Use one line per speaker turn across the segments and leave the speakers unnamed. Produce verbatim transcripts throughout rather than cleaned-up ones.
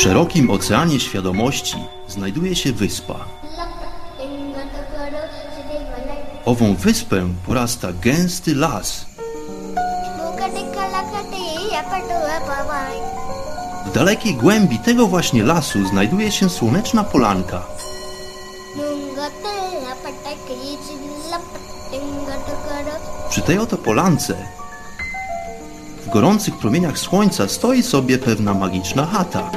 szerokim oceanie świadomości znajduje się wyspa. Ową wyspę porasta gęsty las. W dalekiej głębi tego właśnie lasu znajduje się słoneczna polanka. Przy tej oto polance, w gorących promieniach słońca, stoi sobie pewna magiczna chata.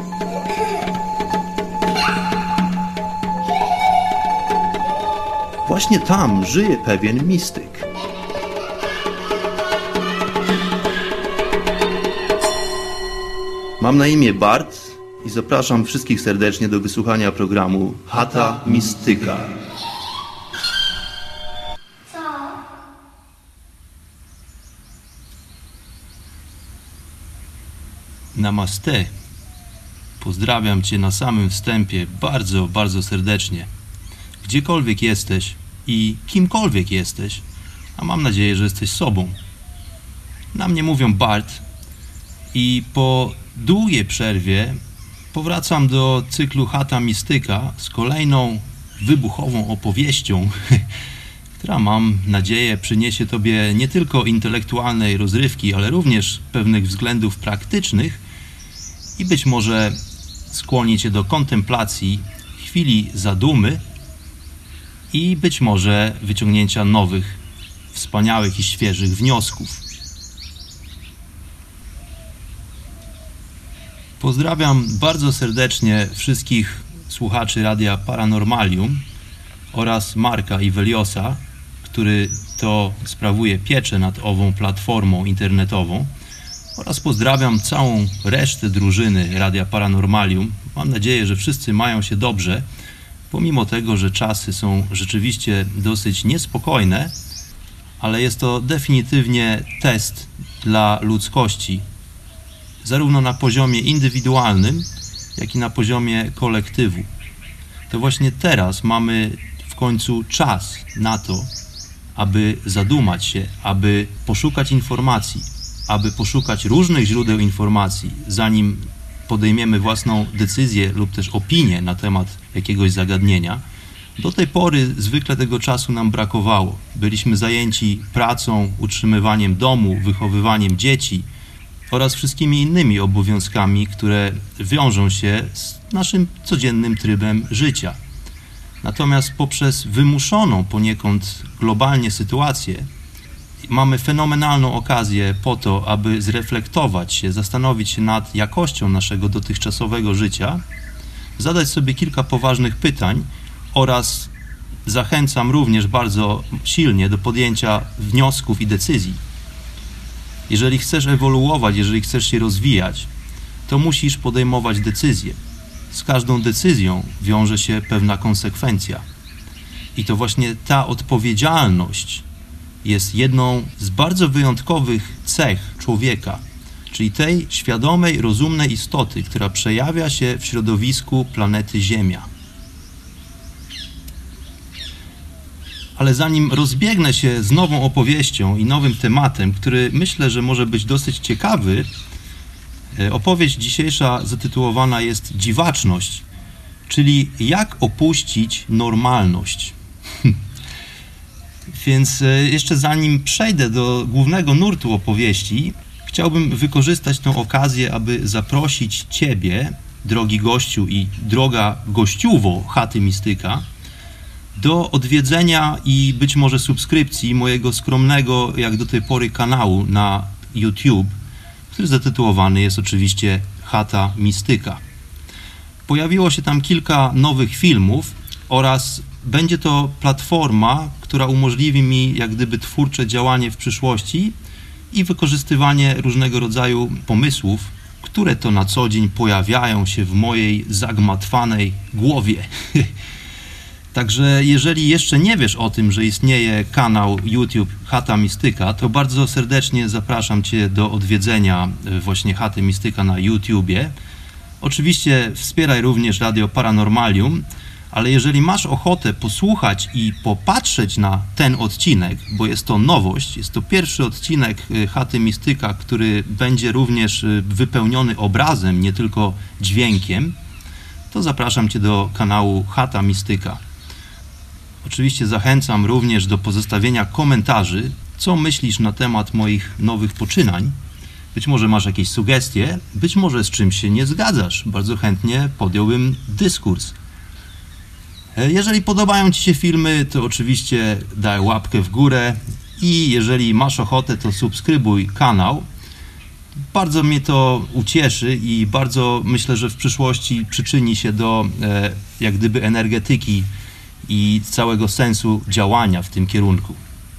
Właśnie tam żyje pewien mistyk. Mam na imię Bart i zapraszam wszystkich serdecznie do wysłuchania programu Chata Mistyka. Namaste. Pozdrawiam Cię na samym wstępie bardzo, bardzo serdecznie. Gdziekolwiek jesteś i kimkolwiek jesteś, a mam nadzieję, że jesteś sobą. Na mnie mówią Bart i po długiej przerwie powracam do cyklu Chata Mistyka z kolejną wybuchową opowieścią, która, mam nadzieję, przyniesie Tobie nie tylko intelektualnej rozrywki, ale również pewnych względów praktycznych i być może skłoni Cię do kontemplacji, chwili zadumy i być może wyciągnięcia nowych, wspaniałych i świeżych wniosków. Pozdrawiam bardzo serdecznie wszystkich słuchaczy Radia Paranormalium oraz Marka i Weliosa, który to sprawuje pieczę nad ową platformą internetową, oraz pozdrawiam całą resztę drużyny Radia Paranormalium. Mam nadzieję, że wszyscy mają się dobrze, pomimo tego, że czasy są rzeczywiście dosyć niespokojne, ale jest to definitywnie test dla ludzkości, zarówno na poziomie indywidualnym, jak i na poziomie kolektywu. To właśnie teraz mamy w końcu czas na to, aby zadumać się, aby poszukać informacji, aby poszukać różnych źródeł informacji, zanim podejmiemy własną decyzję lub też opinię na temat jakiegoś zagadnienia. Do tej pory zwykle tego czasu nam brakowało. Byliśmy zajęci pracą, utrzymywaniem domu, wychowywaniem dzieci oraz wszystkimi innymi obowiązkami, które wiążą się z naszym codziennym trybem życia. Natomiast poprzez wymuszoną poniekąd globalnie sytuację mamy fenomenalną okazję po to, aby zreflektować się, zastanowić się nad jakością naszego dotychczasowego życia, zadać sobie kilka poważnych pytań oraz zachęcam również bardzo silnie do podjęcia wniosków i decyzji. Jeżeli chcesz ewoluować, jeżeli chcesz się rozwijać, to musisz podejmować decyzje. Z każdą decyzją wiąże się pewna konsekwencja. I to właśnie ta odpowiedzialność jest jedną z bardzo wyjątkowych cech człowieka, czyli tej świadomej, rozumnej istoty, która przejawia się w środowisku planety Ziemia. Ale zanim rozbiegnę się z nową opowieścią i nowym tematem, który myślę, że może być dosyć ciekawy, opowieść dzisiejsza zatytułowana jest Dziwaczność, czyli jak opuścić normalność. Więc jeszcze zanim przejdę do głównego nurtu opowieści, chciałbym wykorzystać tę okazję, aby zaprosić Ciebie, drogi gościu i droga gościuwo Chaty Mistyka, do odwiedzenia i być może subskrypcji mojego skromnego, jak do tej pory, kanału na YouTube, który zatytułowany jest oczywiście Chata Mistyka. Pojawiło się tam kilka nowych filmów oraz będzie to platforma, która umożliwi mi jak gdyby twórcze działanie w przyszłości i wykorzystywanie różnego rodzaju pomysłów, które to na co dzień pojawiają się w mojej zagmatwanej głowie. Także jeżeli jeszcze nie wiesz o tym, że istnieje kanał YouTube Chata Mistyka, to bardzo serdecznie zapraszam Cię do odwiedzenia właśnie Chaty Mistyka na YouTubie. Oczywiście wspieraj również Radio Paranormalium, Ale jeżeli masz ochotę posłuchać i popatrzeć na ten odcinek, bo jest to nowość, jest to pierwszy odcinek Chaty Mistyka, który będzie również wypełniony obrazem, nie tylko dźwiękiem, to zapraszam Cię do kanału Chata Mistyka. Oczywiście zachęcam również do pozostawienia komentarzy, co myślisz na temat moich nowych poczynań. Być może masz jakieś sugestie, być może z czymś się nie zgadzasz. Bardzo chętnie podjąłbym dyskurs. Jeżeli podobają Ci się filmy, to oczywiście daj łapkę w górę i jeżeli masz ochotę, to subskrybuj kanał. Bardzo mnie to ucieszy i bardzo myślę, że w przyszłości przyczyni się do e, jak gdyby energetyki i całego sensu działania w tym kierunku.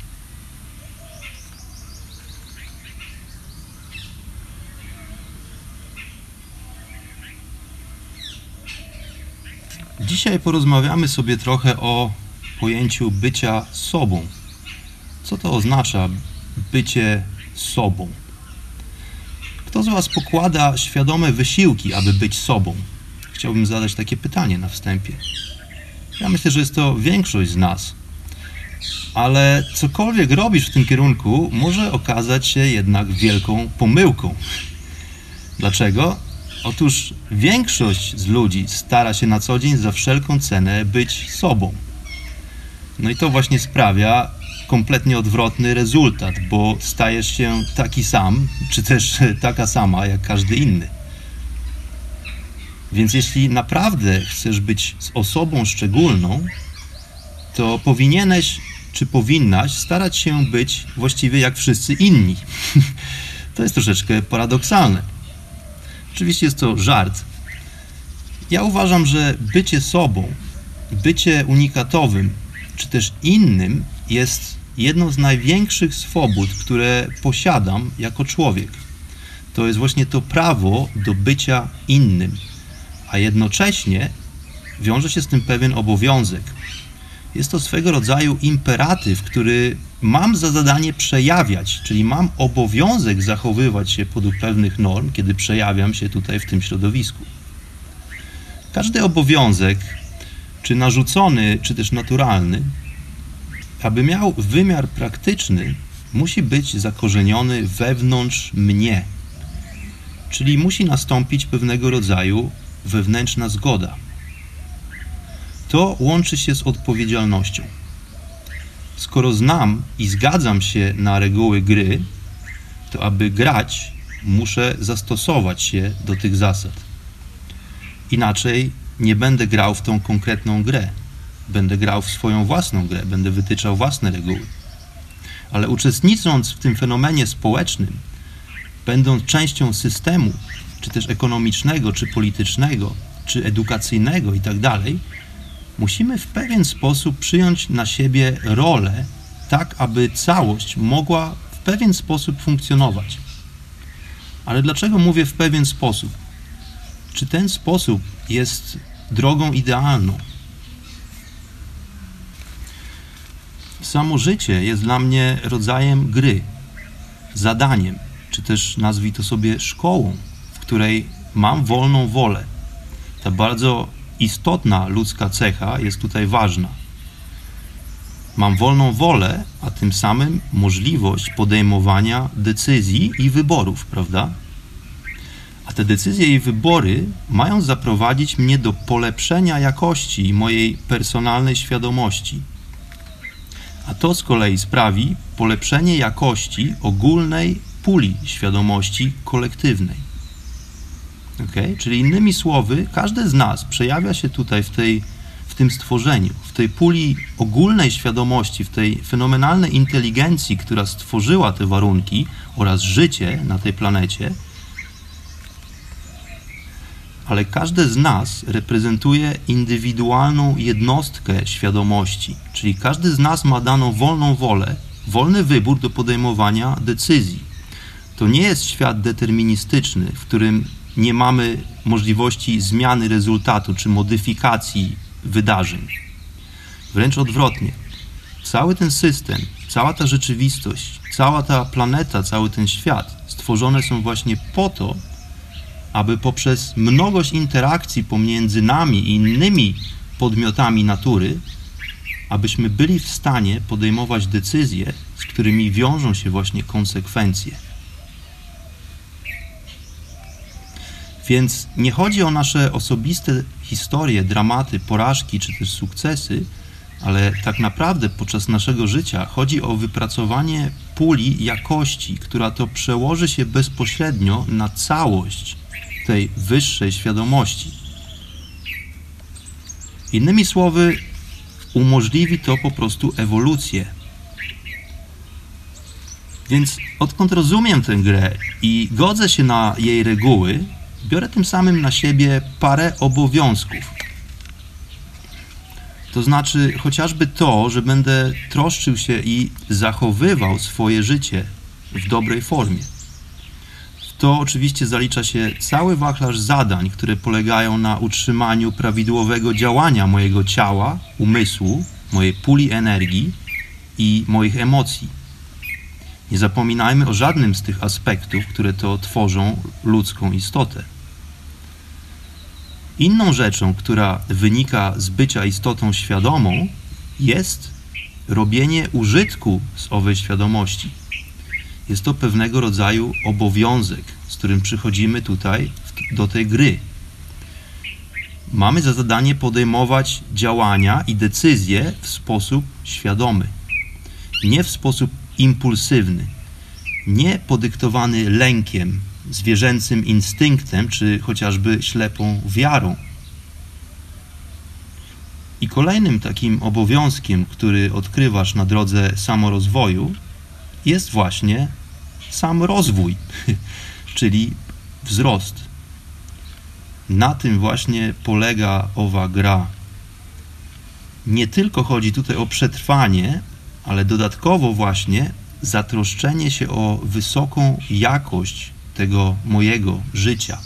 Dzisiaj porozmawiamy sobie trochę o pojęciu bycia sobą. Co to oznacza bycie sobą? Kto z Was pokłada świadome wysiłki, aby być sobą? Chciałbym zadać takie pytanie na wstępie. Ja myślę, że jest to większość z nas. Ale cokolwiek robisz w tym kierunku, może okazać się jednak wielką pomyłką. Dlaczego? Otóż większość z ludzi stara się na co dzień za wszelką cenę być sobą. No i to właśnie sprawia kompletnie odwrotny rezultat, bo stajesz się taki sam, czy też taka sama jak każdy inny. Więc jeśli naprawdę chcesz być osobą szczególną, to powinieneś, czy powinnaś starać się być właściwie jak wszyscy inni. To jest troszeczkę paradoksalne. Oczywiście jest to żart. Ja uważam, że bycie sobą, bycie unikatowym, czy też innym jest jedną z największych swobód, które posiadam jako człowiek. To jest właśnie to prawo do bycia innym, a jednocześnie wiąże się z tym pewien obowiązek. Jest to swego rodzaju imperatyw, który mam za zadanie przejawiać, czyli mam obowiązek zachowywać się według pewnych norm, kiedy przejawiam się tutaj w tym środowisku. Każdy obowiązek, czy narzucony, czy też naturalny, aby miał wymiar praktyczny, musi być zakorzeniony wewnątrz mnie, czyli musi nastąpić pewnego rodzaju wewnętrzna zgoda. To łączy się z odpowiedzialnością. Skoro znam i zgadzam się na reguły gry, to aby grać, muszę zastosować się do tych zasad. Inaczej nie będę grał w tą konkretną grę. Będę grał w swoją własną grę, będę wytyczał własne reguły. Ale uczestnicząc w tym fenomenie społecznym, będąc częścią systemu, czy też ekonomicznego, czy politycznego, czy edukacyjnego itd., musimy w pewien sposób przyjąć na siebie rolę, tak aby całość mogła w pewien sposób funkcjonować. Ale dlaczego mówię w pewien sposób? Czy ten sposób jest drogą idealną? Samo życie jest dla mnie rodzajem gry, zadaniem, czy też nazwij to sobie szkołą, w której mam wolną wolę. Ta bardzo istotna ludzka cecha jest tutaj ważna. Mam wolną wolę, a tym samym możliwość podejmowania decyzji i wyborów, prawda? A te decyzje i wybory mają zaprowadzić mnie do polepszenia jakości mojej personalnej świadomości. A to z kolei sprawi polepszenie jakości ogólnej puli świadomości kolektywnej. Okay? Czyli innymi słowy, każdy z nas przejawia się tutaj w, tej, w tym stworzeniu, w tej puli ogólnej świadomości, w tej fenomenalnej inteligencji, która stworzyła te warunki oraz życie na tej planecie, ale każdy z nas reprezentuje indywidualną jednostkę świadomości, czyli każdy z nas ma daną wolną wolę, wolny wybór do podejmowania decyzji. To nie jest świat deterministyczny, w którym nie mamy możliwości zmiany rezultatu czy modyfikacji wydarzeń. Wręcz odwrotnie. Cały ten system, cała ta rzeczywistość, cała ta planeta, cały ten świat stworzone są właśnie po to, aby poprzez mnogość interakcji pomiędzy nami i innymi podmiotami natury, abyśmy byli w stanie podejmować decyzje, z którymi wiążą się właśnie konsekwencje. Więc nie chodzi o nasze osobiste historie, dramaty, porażki czy też sukcesy, ale tak naprawdę podczas naszego życia chodzi o wypracowanie puli jakości, która to przełoży się bezpośrednio na całość tej wyższej świadomości. Innymi słowy, umożliwi to po prostu ewolucję. Więc odkąd rozumiem tę grę i godzę się na jej reguły, biorę tym samym na siebie parę obowiązków. To znaczy chociażby to, że będę troszczył się i zachowywał swoje życie w dobrej formie. W to oczywiście zalicza się cały wachlarz zadań, które polegają na utrzymaniu prawidłowego działania mojego ciała, umysłu, mojej puli energii i moich emocji. Nie zapominajmy o żadnym z tych aspektów, które to tworzą ludzką istotę. Inną rzeczą, która wynika z bycia istotą świadomą, jest robienie użytku z owej świadomości. Jest to pewnego rodzaju obowiązek, z którym przychodzimy tutaj do tej gry. Mamy za zadanie podejmować działania i decyzje w sposób świadomy, nie w sposób impulsywny, nie podyktowany lękiem, zwierzęcym instynktem, czy chociażby ślepą wiarą. I kolejnym takim obowiązkiem, który odkrywasz na drodze samorozwoju, jest właśnie sam rozwój, czyli wzrost. Na tym właśnie polega owa gra. Nie tylko chodzi tutaj o przetrwanie, ale dodatkowo właśnie zatroszczenie się o wysoką jakość tego mojego życia.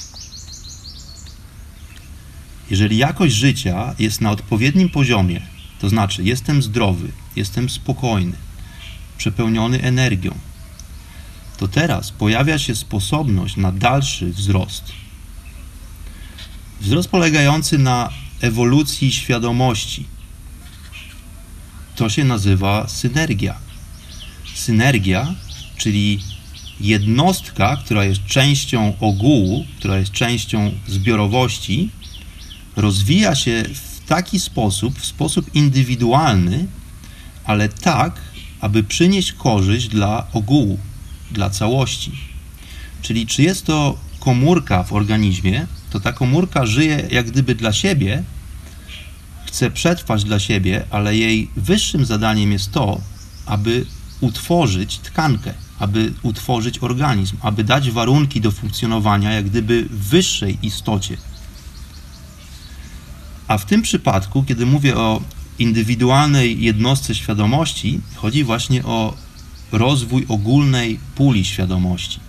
Jeżeli jakość życia jest na odpowiednim poziomie, to znaczy jestem zdrowy, jestem spokojny, przepełniony energią, to teraz pojawia się sposobność na dalszy wzrost. Wzrost polegający na ewolucji świadomości. To się nazywa synergia. Synergia, czyli jednostka, która jest częścią ogółu, która jest częścią zbiorowości, rozwija się w taki sposób, w sposób indywidualny, ale tak, aby przynieść korzyść dla ogółu, dla całości. Czyli czy jest to komórka w organizmie, to ta komórka żyje jak gdyby dla siebie, chce przetrwać dla siebie, ale jej wyższym zadaniem jest to, aby utworzyć tkankę, aby utworzyć organizm, aby dać warunki do funkcjonowania jak gdyby wyższej istocie. A w tym przypadku, kiedy mówię o indywidualnej jednostce świadomości, chodzi właśnie o rozwój ogólnej puli świadomości.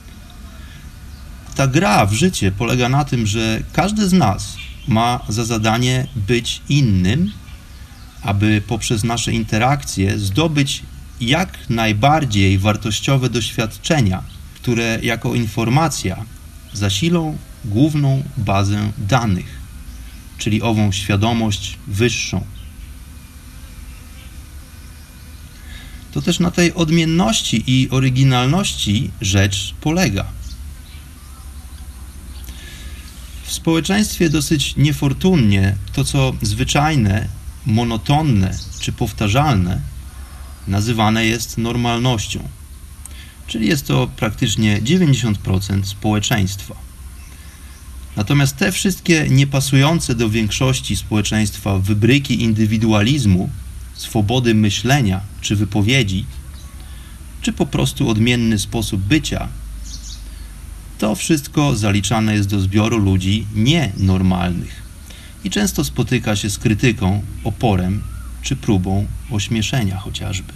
Ta gra w życie polega na tym, że każdy z nas ma za zadanie być innym, aby poprzez nasze interakcje zdobyć jak najbardziej wartościowe doświadczenia, które jako informacja zasilą główną bazę danych, czyli ową świadomość wyższą. To też na tej odmienności i oryginalności rzecz polega. W społeczeństwie dosyć niefortunnie to, co zwyczajne, monotonne czy powtarzalne, nazywane jest normalnością, czyli jest to praktycznie dziewięćdziesiąt procent społeczeństwa. Natomiast te wszystkie niepasujące do większości społeczeństwa wybryki indywidualizmu, swobody myślenia czy wypowiedzi, czy po prostu odmienny sposób bycia, to wszystko zaliczane jest do zbioru ludzi nienormalnych i często spotyka się z krytyką, oporem czy próbą ośmieszenia chociażby.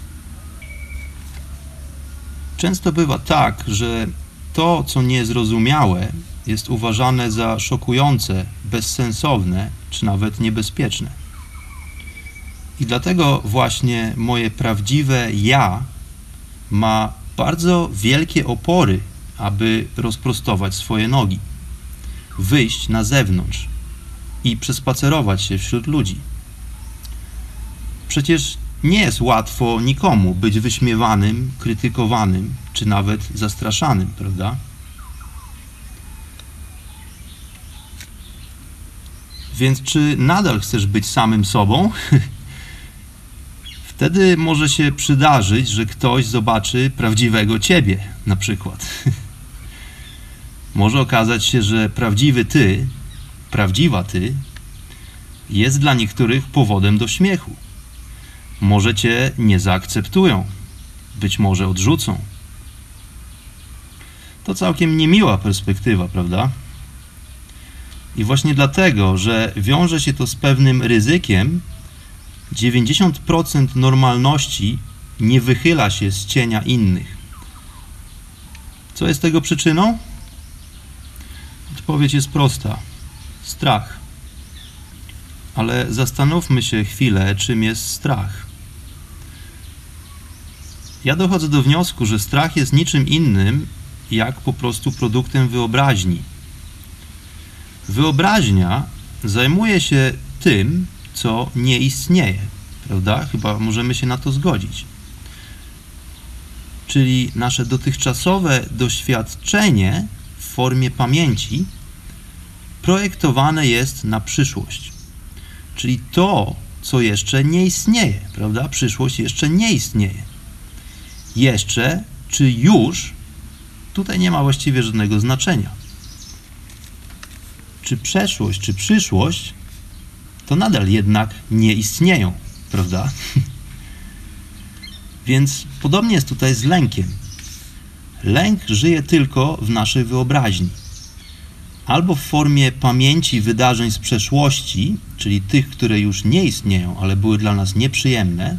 Często bywa tak, że to, co niezrozumiałe, jest uważane za szokujące, bezsensowne czy nawet niebezpieczne. I dlatego właśnie moje prawdziwe ja ma bardzo wielkie opory, aby rozprostować swoje nogi, wyjść na zewnątrz, i przespacerować się wśród ludzi. Przecież nie jest łatwo nikomu być wyśmiewanym, krytykowanym, czy nawet zastraszanym, prawda? Więc czy nadal chcesz być samym sobą? Wtedy może się przydarzyć, że ktoś zobaczy prawdziwego ciebie, na przykład. Może okazać się, że prawdziwy ty, prawdziwa ty, jest dla niektórych powodem do śmiechu. Może cię nie zaakceptują, być może odrzucą. To całkiem niemiła perspektywa, prawda? I właśnie dlatego, że wiąże się to z pewnym ryzykiem, dziewięćdziesiąt procent normalności nie wychyla się z cienia innych. Co jest tego przyczyną? Odpowiedź jest prosta. Strach. Ale zastanówmy się chwilę, czym jest strach. Ja dochodzę do wniosku, że strach jest niczym innym, jak po prostu produktem wyobraźni. Wyobraźnia zajmuje się tym, co nie istnieje, prawda? Chyba możemy się na to zgodzić. Czyli nasze dotychczasowe doświadczenie w formie pamięci projektowane jest na przyszłość. Czyli to, co jeszcze nie istnieje, prawda? Przyszłość jeszcze nie istnieje. Jeszcze czy już, tutaj nie ma właściwie żadnego znaczenia. Czy przeszłość, czy przyszłość, to nadal jednak nie istnieją, prawda? Więc podobnie jest tutaj z lękiem. Lęk żyje tylko w naszej wyobraźni. Albo w formie pamięci wydarzeń z przeszłości, czyli tych, które już nie istnieją, ale były dla nas nieprzyjemne,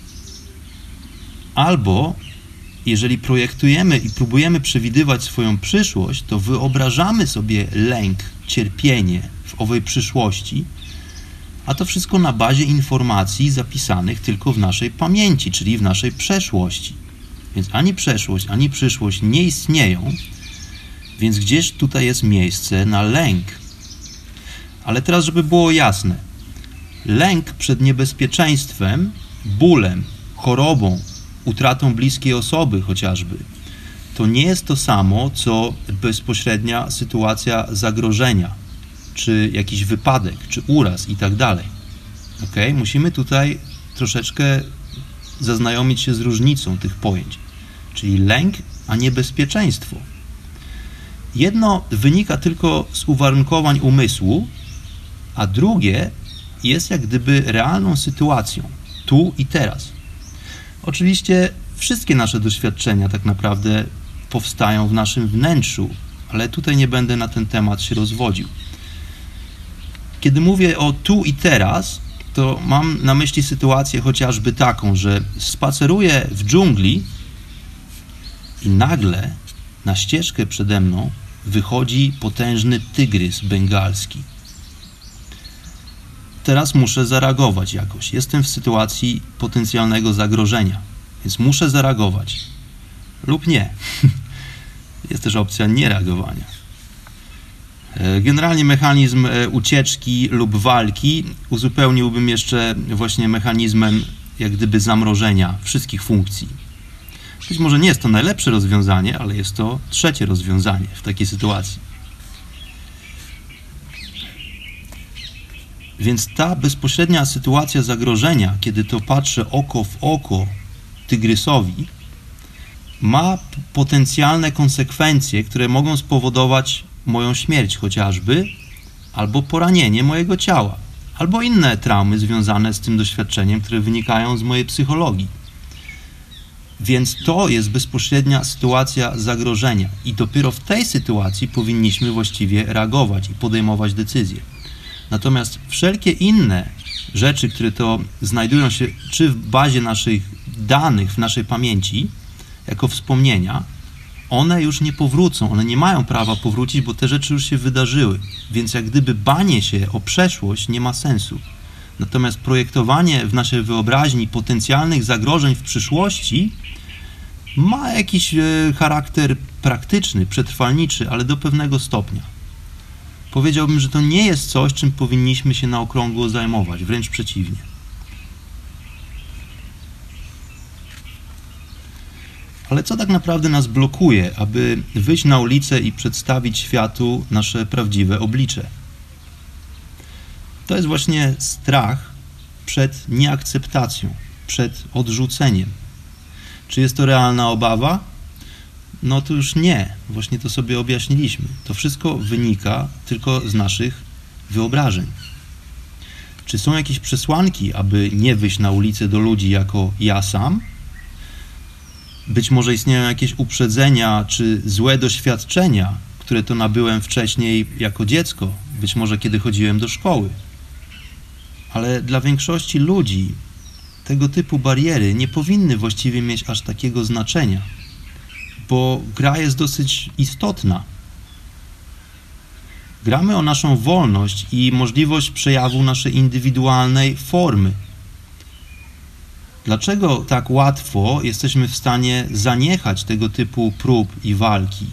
albo jeżeli projektujemy i próbujemy przewidywać swoją przyszłość, to wyobrażamy sobie lęk, cierpienie w owej przyszłości, a to wszystko na bazie informacji zapisanych tylko w naszej pamięci, czyli w naszej przeszłości. Więc ani przeszłość, ani przyszłość nie istnieją, więc gdzieś tutaj jest miejsce na lęk. Ale teraz, żeby było jasne, lęk przed niebezpieczeństwem, bólem, chorobą, utratą bliskiej osoby chociażby, to nie jest to samo, co bezpośrednia sytuacja zagrożenia, czy jakiś wypadek, czy uraz i tak dalej. Okay? Musimy tutaj troszeczkę zaznajomić się z różnicą tych pojęć, czyli lęk, a nie bezpieczeństwo. Jedno wynika tylko z uwarunkowań umysłu, a drugie jest jak gdyby realną sytuacją, tu i teraz. Oczywiście wszystkie nasze doświadczenia tak naprawdę powstają w naszym wnętrzu, ale tutaj nie będę na ten temat się rozwodził. Kiedy mówię o tu i teraz, to mam na myśli sytuację chociażby taką, że spaceruję w dżungli i nagle na ścieżkę przede mną wychodzi potężny tygrys bengalski. Teraz muszę zareagować jakoś. Jestem w sytuacji potencjalnego zagrożenia, więc muszę zareagować. Lub nie. Jest też opcja niereagowania. Generalnie mechanizm ucieczki lub walki uzupełniłbym jeszcze właśnie mechanizmem jak gdyby zamrożenia wszystkich funkcji. Być może nie jest to najlepsze rozwiązanie, ale jest to trzecie rozwiązanie w takiej sytuacji. Więc ta bezpośrednia sytuacja zagrożenia, kiedy to patrzę oko w oko tygrysowi, ma potencjalne konsekwencje, które mogą spowodować moją śmierć chociażby, albo poranienie mojego ciała, albo inne traumy związane z tym doświadczeniem, które wynikają z mojej psychologii. Więc to jest bezpośrednia sytuacja zagrożenia i dopiero w tej sytuacji powinniśmy właściwie reagować i podejmować decyzje. Natomiast wszelkie inne rzeczy, które to znajdują się czy w bazie naszych danych, w naszej pamięci, jako wspomnienia, one już nie powrócą, one nie mają prawa powrócić, bo te rzeczy już się wydarzyły. Więc jak gdyby banie się o przeszłość nie ma sensu. Natomiast projektowanie w naszej wyobraźni potencjalnych zagrożeń w przyszłości ma jakiś charakter praktyczny, przetrwalniczy, ale do pewnego stopnia. Powiedziałbym, że to nie jest coś, czym powinniśmy się na okrągło zajmować, wręcz przeciwnie. Ale co tak naprawdę nas blokuje, aby wyjść na ulicę i przedstawić światu nasze prawdziwe oblicze? To jest właśnie strach przed nieakceptacją, przed odrzuceniem. Czy jest to realna obawa? No to już nie. Właśnie to sobie objaśniliśmy. To wszystko wynika tylko z naszych wyobrażeń. Czy są jakieś przesłanki, aby nie wyjść na ulicę do ludzi jako ja sam? Być może istnieją jakieś uprzedzenia czy złe doświadczenia, które to nabyłem wcześniej jako dziecko, być może kiedy chodziłem do szkoły. Ale dla większości ludzi tego typu bariery nie powinny właściwie mieć aż takiego znaczenia, bo gra jest dosyć istotna. Gramy o naszą wolność i możliwość przejawu naszej indywidualnej formy. Dlaczego tak łatwo jesteśmy w stanie zaniechać tego typu prób i walki?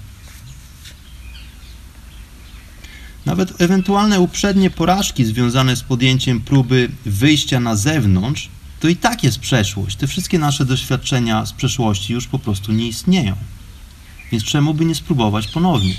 Nawet ewentualne uprzednie porażki związane z podjęciem próby wyjścia na zewnątrz, to i tak jest przeszłość. Te wszystkie nasze doświadczenia z przeszłości już po prostu nie istnieją. Więc czemu by nie spróbować ponownie?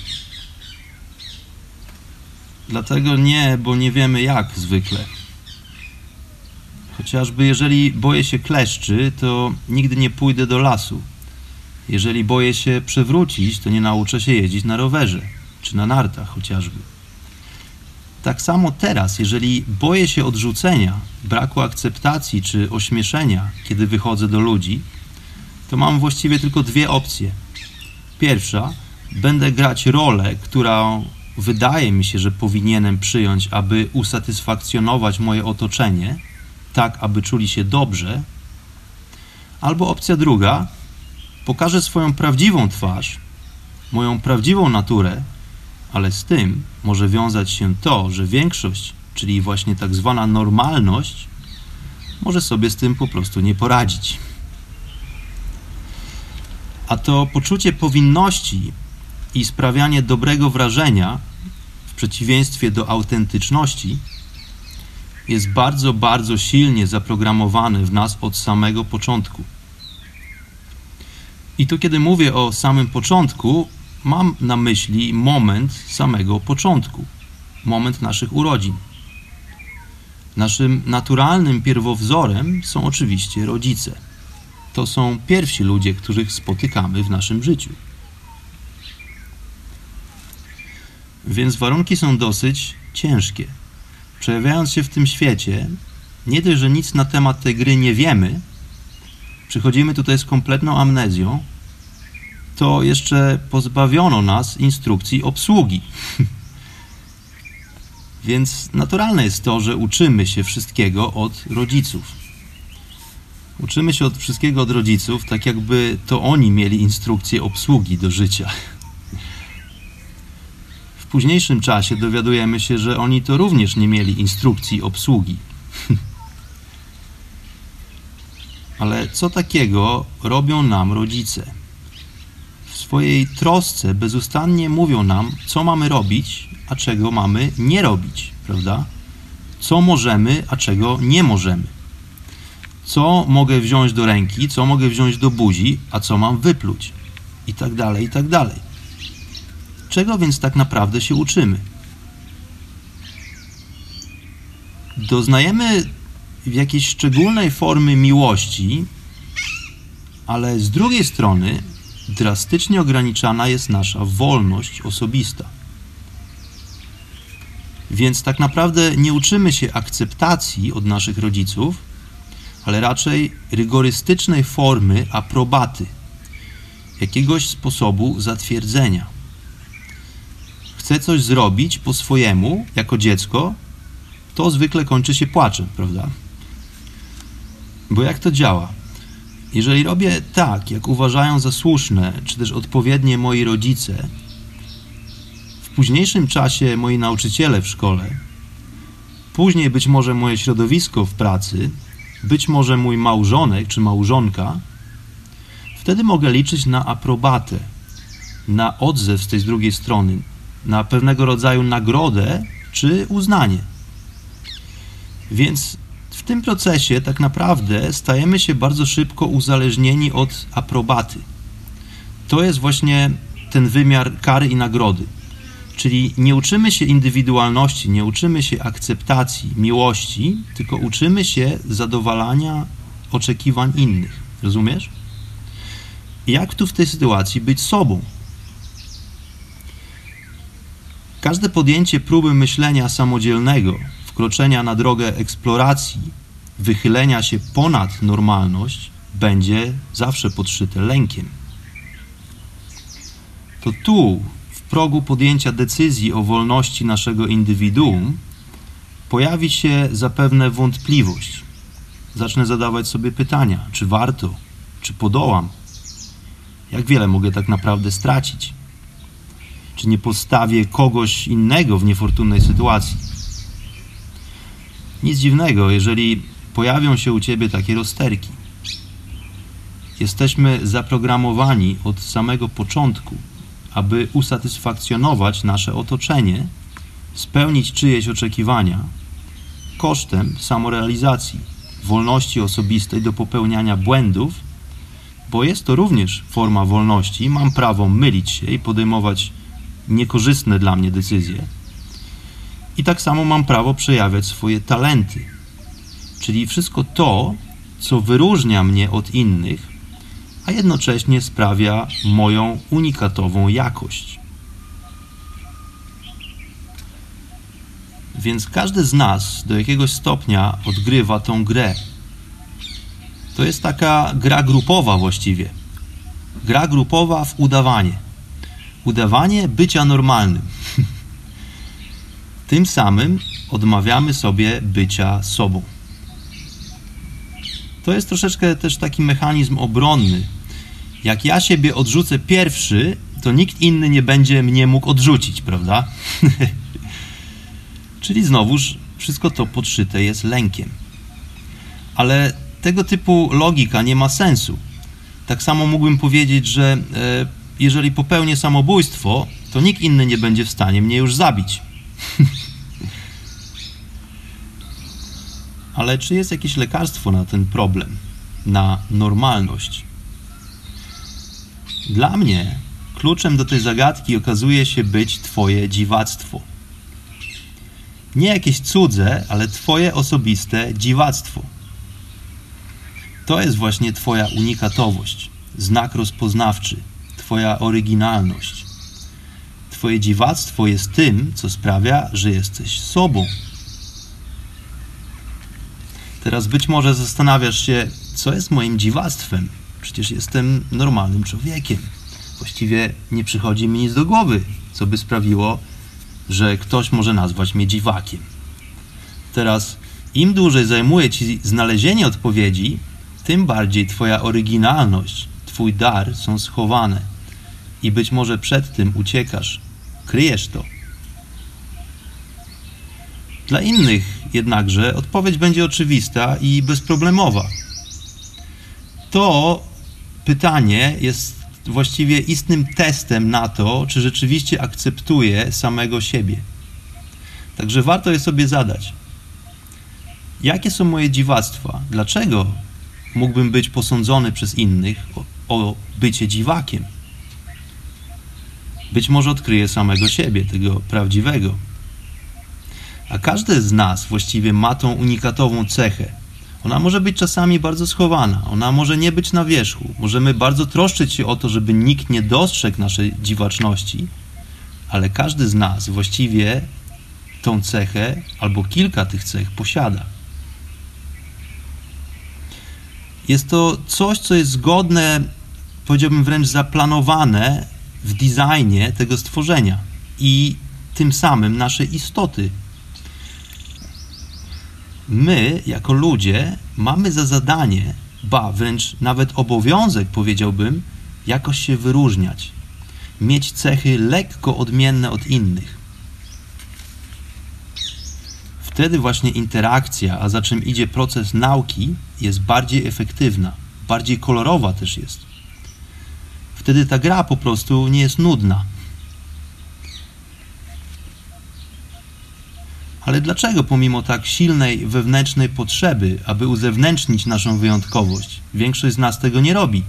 Dlatego nie, bo nie wiemy jak zwykle. Chociażby jeżeli boję się kleszczy, to nigdy nie pójdę do lasu. Jeżeli boję się przewrócić, to nie nauczę się jeździć na rowerze, czy na nartach chociażby. Tak samo teraz, jeżeli boję się odrzucenia, braku akceptacji czy ośmieszenia, kiedy wychodzę do ludzi, to mam właściwie tylko dwie opcje. Pierwsza, będę grać rolę, którą wydaje mi się, że powinienem przyjąć, aby usatysfakcjonować moje otoczenie, tak aby czuli się dobrze. Albo opcja druga, pokażę swoją prawdziwą twarz, moją prawdziwą naturę, ale z tym może wiązać się to, że większość, czyli właśnie tak zwana normalność, może sobie z tym po prostu nie poradzić. A to poczucie powinności i sprawianie dobrego wrażenia, w przeciwieństwie do autentyczności, jest bardzo, bardzo silnie zaprogramowane w nas od samego początku. I tu, kiedy mówię o samym początku, mam na myśli moment samego początku, moment naszych urodzin. Naszym naturalnym pierwowzorem są oczywiście rodzice. To są pierwsi ludzie, których spotykamy w naszym życiu. Więc warunki są dosyć ciężkie. Przejawiając się w tym świecie, nie dość, że nic na temat tej gry nie wiemy, przychodzimy tutaj z kompletną amnezją, to jeszcze pozbawiono nas instrukcji obsługi. Więc naturalne jest to, że uczymy się wszystkiego od rodziców. Uczymy się od wszystkiego od rodziców, tak jakby to oni mieli instrukcję obsługi do życia. W późniejszym czasie dowiadujemy się, że oni to również nie mieli instrukcji obsługi. Ale co takiego robią nam rodzice? W swojej trosce bezustannie mówią nam, co mamy robić, a czego mamy nie robić, prawda? Co możemy, a czego nie możemy. Co mogę wziąć do ręki, co mogę wziąć do buzi, a co mam wypluć. I tak dalej, i tak dalej. Czego więc tak naprawdę się uczymy? Doznajemy jakiejś szczególnej formy miłości, ale z drugiej strony drastycznie ograniczana jest nasza wolność osobista. Więc tak naprawdę nie uczymy się akceptacji od naszych rodziców, ale raczej rygorystycznej formy aprobaty, jakiegoś sposobu zatwierdzenia. Chcę coś zrobić po swojemu, jako dziecko, to zwykle kończy się płaczem, prawda? Bo jak to działa? Jeżeli robię tak, jak uważają za słuszne, czy też odpowiednie moi rodzice, w późniejszym czasie moi nauczyciele w szkole, później być może moje środowisko w pracy, być może mój małżonek czy małżonka, wtedy mogę liczyć na aprobatę, na odzew z tej drugiej strony, na pewnego rodzaju nagrodę czy uznanie. Więc w tym procesie tak naprawdę stajemy się bardzo szybko uzależnieni od aprobaty. To jest właśnie ten wymiar kary i nagrody. Czyli nie uczymy się indywidualności, nie uczymy się akceptacji, miłości, tylko uczymy się zadowalania oczekiwań innych. Rozumiesz? I jak tu w tej sytuacji być sobą? Każde podjęcie próby myślenia samodzielnego, wkroczenia na drogę eksploracji, wychylenia się ponad normalność, będzie zawsze podszyte lękiem. To tu, w progu podjęcia decyzji o wolności naszego indywiduum, pojawi się zapewne wątpliwość. Zacznę zadawać sobie pytania, czy warto, czy podołam, jak wiele mogę tak naprawdę stracić, czy nie postawię kogoś innego w niefortunnej sytuacji. Nic dziwnego, jeżeli pojawią się u Ciebie takie rozterki. Jesteśmy zaprogramowani od samego początku, aby usatysfakcjonować nasze otoczenie, spełnić czyjeś oczekiwania kosztem samorealizacji, wolności osobistej do popełniania błędów, bo jest to również forma wolności. Mam prawo mylić się i podejmować niekorzystne dla mnie decyzje. I tak samo mam prawo przejawiać swoje talenty, czyli wszystko to, co wyróżnia mnie od innych, a jednocześnie sprawia moją unikatową jakość. Więc każdy z nas do jakiegoś stopnia odgrywa tą grę. To jest taka gra grupowa właściwie. Gra grupowa w udawanie. Udawanie bycia normalnym. Tym samym odmawiamy sobie bycia sobą. To jest troszeczkę też taki mechanizm obronny. Jak ja siebie odrzucę pierwszy, to nikt inny nie będzie mnie mógł odrzucić, prawda? Czyli znowuż wszystko to podszyte jest lękiem. Ale tego typu logika nie ma sensu. Tak samo mógłbym powiedzieć, że e, jeżeli popełnię samobójstwo, to nikt inny nie będzie w stanie mnie już zabić. Ale czy jest jakieś lekarstwo na ten problem, na normalność? Dla mnie kluczem do tej zagadki okazuje się być Twoje dziwactwo. Nie jakieś cudze, ale Twoje osobiste dziwactwo. To jest właśnie Twoja unikatowość, znak rozpoznawczy, Twoja oryginalność. Twoje dziwactwo jest tym, co sprawia, że jesteś sobą. Teraz być może zastanawiasz się, co jest moim dziwactwem? Przecież jestem normalnym człowiekiem. Właściwie nie przychodzi mi nic do głowy, co by sprawiło, że ktoś może nazwać mnie dziwakiem. Teraz im dłużej zajmuje Ci znalezienie odpowiedzi, tym bardziej Twoja oryginalność, Twój dar są schowane i być może przed tym uciekasz, kryjesz to. Dla innych jednakże odpowiedź będzie oczywista i bezproblemowa. To pytanie jest właściwie istnym testem na to, czy rzeczywiście akceptuję samego siebie. Także warto je sobie zadać. Jakie są moje dziwactwa? Dlaczego mógłbym być posądzony przez innych o, o bycie dziwakiem? Być może odkryję samego siebie, tego prawdziwego. A każdy z nas właściwie ma tą unikatową cechę. Ona może być czasami bardzo schowana, ona może nie być na wierzchu. Możemy bardzo troszczyć się o to, żeby nikt nie dostrzegł naszej dziwaczności, ale każdy z nas właściwie tą cechę albo kilka tych cech posiada. Jest to coś, co jest zgodne, powiedziałbym wręcz zaplanowane w designie tego stworzenia i tym samym naszej istoty. My, jako ludzie, mamy za zadanie, ba, wręcz nawet obowiązek, powiedziałbym, jakoś się wyróżniać. Mieć cechy lekko odmienne od innych. Wtedy właśnie interakcja, a za czym idzie proces nauki, jest bardziej efektywna, bardziej kolorowa też jest. Wtedy ta gra po prostu nie jest nudna. Ale dlaczego pomimo tak silnej wewnętrznej potrzeby, aby uzewnętrznić naszą wyjątkowość, większość z nas tego nie robi?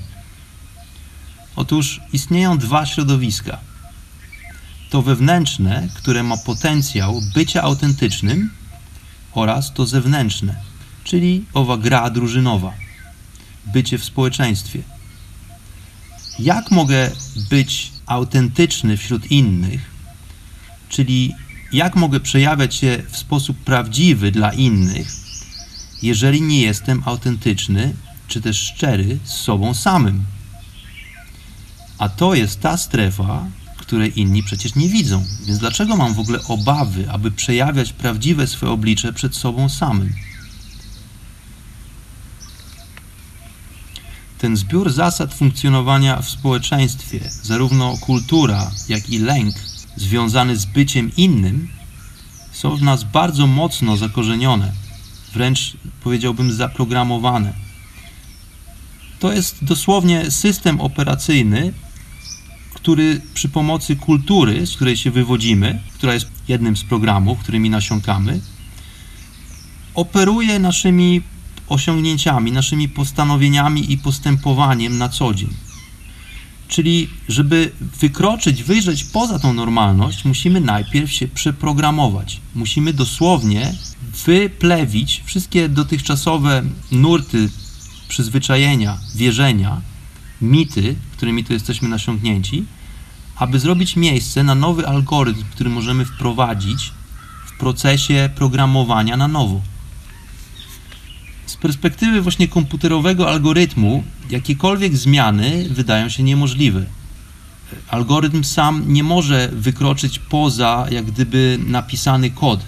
Otóż istnieją dwa środowiska. To wewnętrzne, które ma potencjał bycia autentycznym, oraz to zewnętrzne, czyli owa gra drużynowa, bycie w społeczeństwie. Jak mogę być autentyczny wśród innych, czyli jak mogę przejawiać się w sposób prawdziwy dla innych, jeżeli nie jestem autentyczny, czy też szczery z sobą samym? A to jest ta strefa, której inni przecież nie widzą. Więc dlaczego mam w ogóle obawy, aby przejawiać prawdziwe swoje oblicze przed sobą samym? Ten zbiór zasad funkcjonowania w społeczeństwie, zarówno kultura, jak i lęk związany z byciem innym, są w nas bardzo mocno zakorzenione, wręcz powiedziałbym zaprogramowane. To jest dosłownie system operacyjny, który przy pomocy kultury, z której się wywodzimy, która jest jednym z programów, którymi nasiąkamy, operuje naszymi osiągnięciami, naszymi postanowieniami i postępowaniem na co dzień. Czyli, żeby wykroczyć, wyjrzeć poza tą normalność, musimy najpierw się przeprogramować. Musimy dosłownie wyplewić wszystkie dotychczasowe nurty przyzwyczajenia, wierzenia, mity, którymi tu jesteśmy nasiągnięci, aby zrobić miejsce na nowy algorytm, który możemy wprowadzić w procesie programowania na nowo. Z perspektywy właśnie komputerowego algorytmu jakiekolwiek zmiany wydają się niemożliwe. Algorytm sam nie może wykroczyć poza jak gdyby napisany kod.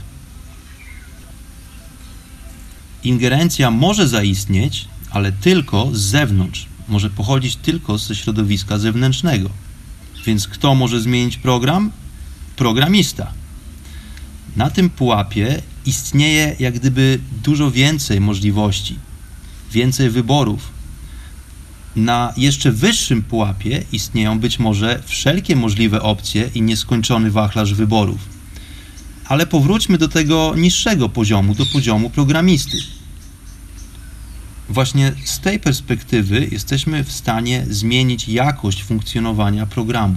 Ingerencja może zaistnieć, ale tylko z zewnątrz. Może pochodzić tylko ze środowiska zewnętrznego. Więc kto może zmienić program? Programista. Na tym pułapie istnieje jak gdyby dużo więcej możliwości, więcej wyborów. Na jeszcze wyższym pułapie istnieją być może wszelkie możliwe opcje i nieskończony wachlarz wyborów. Ale powróćmy do tego niższego poziomu, do poziomu programisty. Właśnie z tej perspektywy jesteśmy w stanie zmienić jakość funkcjonowania programu.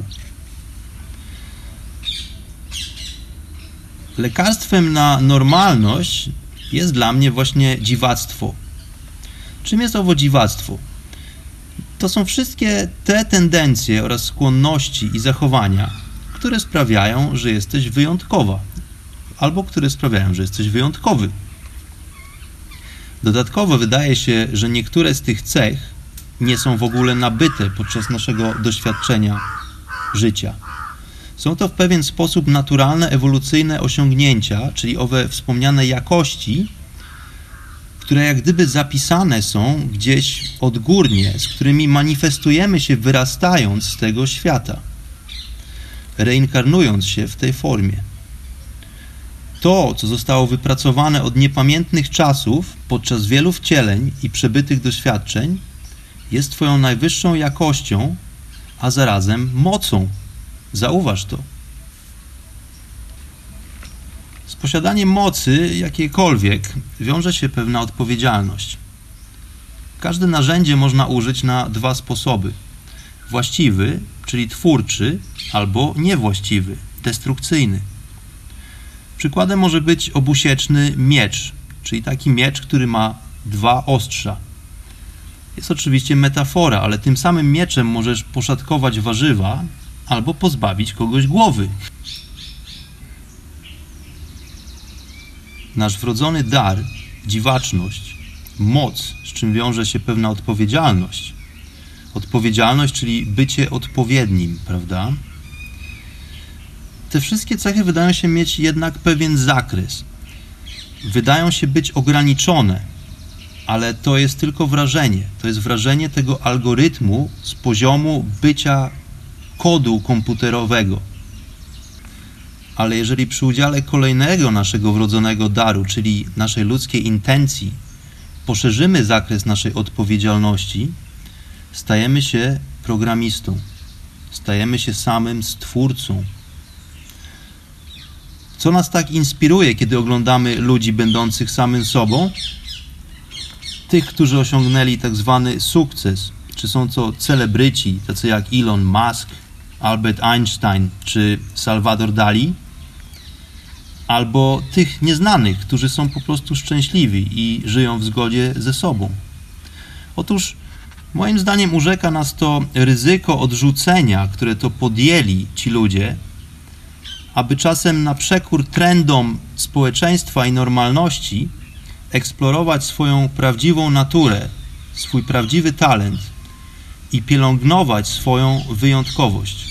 Lekarstwem na normalność jest dla mnie właśnie dziwactwo. Czym jest owo dziwactwo? To są wszystkie te tendencje oraz skłonności i zachowania, które sprawiają, że jesteś wyjątkowa, albo które sprawiają, że jesteś wyjątkowy. Dodatkowo wydaje się, że niektóre z tych cech nie są w ogóle nabyte podczas naszego doświadczenia życia. Są to w pewien sposób naturalne, ewolucyjne osiągnięcia, czyli owe wspomniane jakości, które jak gdyby zapisane są gdzieś odgórnie, z którymi manifestujemy się wyrastając z tego świata, reinkarnując się w tej formie. To, co zostało wypracowane od niepamiętnych czasów podczas wielu wcieleń i przebytych doświadczeń, jest Twoją najwyższą jakością, a zarazem mocą. Zauważ to. Z posiadaniem mocy jakiejkolwiek wiąże się pewna odpowiedzialność. Każde narzędzie można użyć na dwa sposoby. Właściwy, czyli twórczy, albo niewłaściwy, destrukcyjny. Przykładem może być obusieczny miecz, czyli taki miecz, który ma dwa ostrza. Jest oczywiście metafora, ale tym samym mieczem możesz poszatkować warzywa albo pozbawić kogoś głowy. Nasz wrodzony dar, dziwaczność, moc, z czym wiąże się pewna odpowiedzialność. Odpowiedzialność, czyli bycie odpowiednim, prawda? Te wszystkie cechy wydają się mieć jednak pewien zakres. Wydają się być ograniczone, ale to jest tylko wrażenie. To jest wrażenie tego algorytmu z poziomu bycia kodu komputerowego. Ale jeżeli przy udziale kolejnego naszego wrodzonego daru, czyli naszej ludzkiej intencji, poszerzymy zakres naszej odpowiedzialności, stajemy się programistą. Stajemy się samym stwórcą. W Co nas tak inspiruje, kiedy oglądamy ludzi będących samym sobą? Tych, którzy osiągnęli tak zwany sukces. Czy są to celebryci, tacy jak Elon Musk, Albert Einstein czy Salvador Dali? Albo tych nieznanych, którzy są po prostu szczęśliwi i żyją w zgodzie ze sobą. Otóż moim zdaniem urzeka nas to ryzyko odrzucenia, które to podjęli ci ludzie, aby czasem na przekór trendom społeczeństwa i normalności eksplorować swoją prawdziwą naturę, swój prawdziwy talent i pielęgnować swoją wyjątkowość.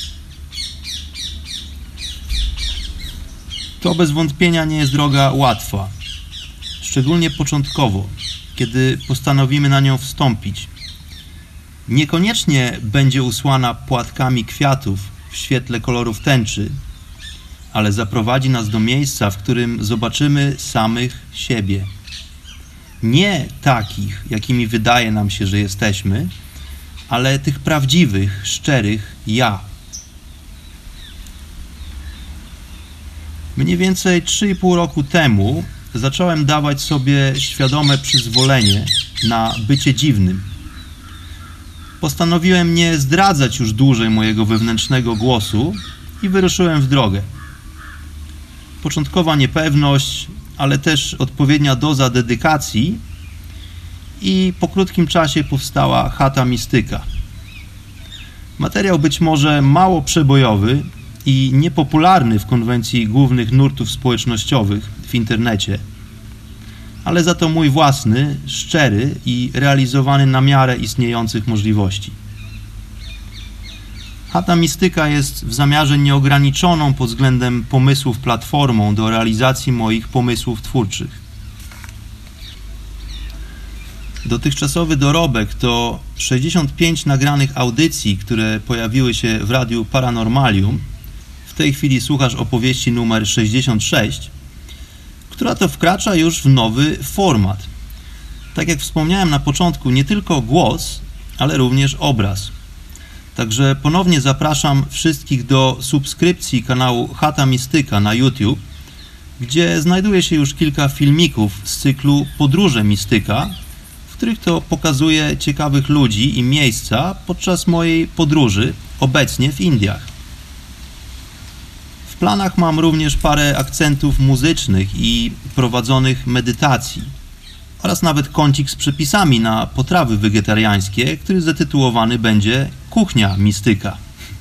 To bez wątpienia nie jest droga łatwa, szczególnie początkowo, kiedy postanowimy na nią wstąpić. Niekoniecznie będzie usłana płatkami kwiatów w świetle kolorów tęczy, ale zaprowadzi nas do miejsca, w którym zobaczymy samych siebie. Nie takich, jakimi wydaje nam się, że jesteśmy, ale tych prawdziwych, szczerych ja. Mniej więcej trzy i pół roku temu zacząłem dawać sobie świadome przyzwolenie na bycie dziwnym. Postanowiłem nie zdradzać już dłużej mojego wewnętrznego głosu i wyruszyłem w drogę. Początkowa niepewność, ale też odpowiednia doza dedykacji i po krótkim czasie powstała Chata Mistyka. Materiał być może mało przebojowy i niepopularny w konwencji głównych nurtów społecznościowych w internecie, ale za to mój własny, szczery i realizowany na miarę istniejących możliwości. Chata Mistyka jest w zamiarze nieograniczoną pod względem pomysłów platformą do realizacji moich pomysłów twórczych. Dotychczasowy dorobek to sześćdziesiąt pięć nagranych audycji, które pojawiły się w Radiu Paranormalium. W tej chwili słuchasz opowieści numer sześćdziesiąt sześć, która to wkracza już w nowy format. Tak jak wspomniałem na początku, nie tylko głos, ale również obraz. Także ponownie zapraszam wszystkich do subskrypcji kanału Chata Mistyka na YouTube, gdzie znajduje się już kilka filmików z cyklu Podróże Mistyka, w których to pokazuję ciekawych ludzi i miejsca podczas mojej podróży obecnie w Indiach. W planach mam również parę akcentów muzycznych i prowadzonych medytacji oraz nawet kącik z przepisami na potrawy wegetariańskie, który zatytułowany będzie Kuchnia Mistyka.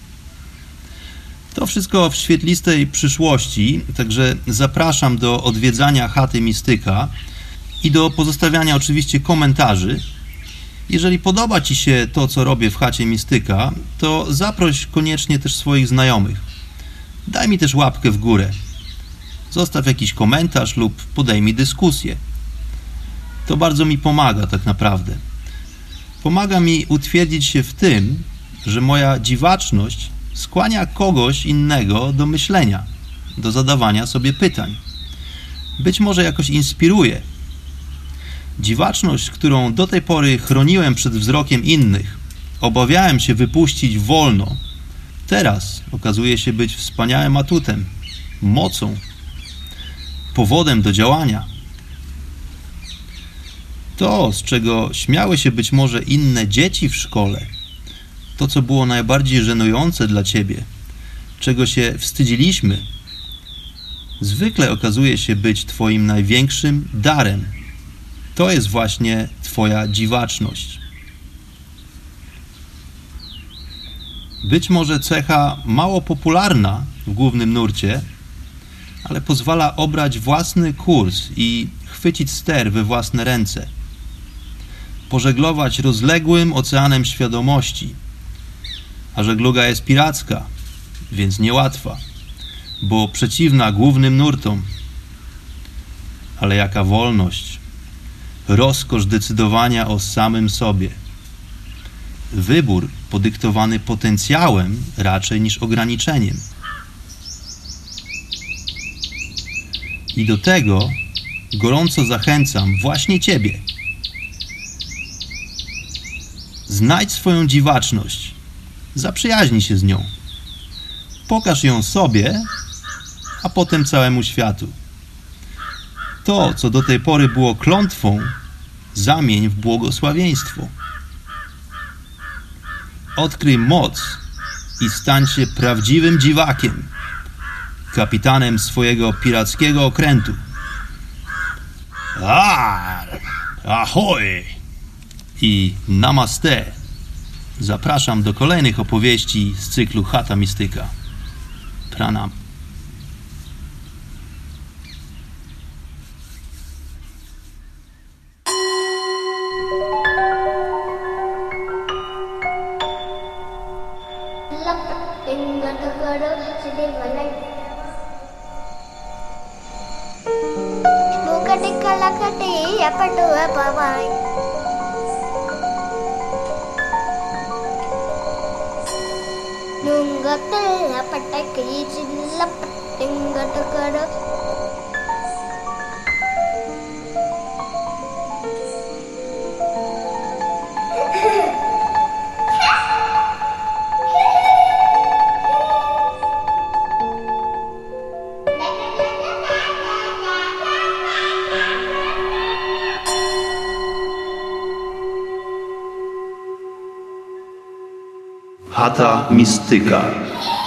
To wszystko w świetlistej przyszłości, także zapraszam do odwiedzania Chaty Mistyka i do pozostawiania oczywiście komentarzy. Jeżeli podoba Ci się to, co robię w Chacie Mistyka, to zaproś koniecznie też swoich znajomych. Daj mi też łapkę w górę. Zostaw jakiś komentarz lub podejmij dyskusję. To bardzo mi pomaga tak naprawdę. Pomaga mi utwierdzić się w tym, że moja dziwaczność skłania kogoś innego do myślenia, do zadawania sobie pytań. Być może jakoś inspiruje. Dziwaczność, którą do tej pory chroniłem przed wzrokiem innych, obawiałem się wypuścić wolno, teraz okazuje się być wspaniałym atutem, mocą, powodem do działania. To, z czego śmiały się być może inne dzieci w szkole, to, co było najbardziej żenujące dla Ciebie, czego się wstydziliśmy, zwykle okazuje się być Twoim największym darem. To jest właśnie Twoja dziwaczność. Być może cecha mało popularna w głównym nurcie, ale pozwala obrać własny kurs i chwycić ster we własne ręce. Pożeglować rozległym oceanem świadomości. A żegluga jest piracka, więc niełatwa, bo przeciwna głównym nurtom. Ale jaka wolność, rozkosz decydowania o samym sobie. Wybór podyktowany potencjałem raczej niż ograniczeniem. I do tego gorąco zachęcam właśnie Ciebie. Znajdź swoją dziwaczność. Zaprzyjaźnij się z nią. Pokaż ją sobie, a potem całemu światu. To, co do tej pory było klątwą, zamień w błogosławieństwo. Odkryj moc i stań się prawdziwym dziwakiem, kapitanem swojego pirackiego okrętu. Ar, ahoj i namaste. Zapraszam do kolejnych opowieści z cyklu Chata Mistyka. Pranam. Chata Mistyka.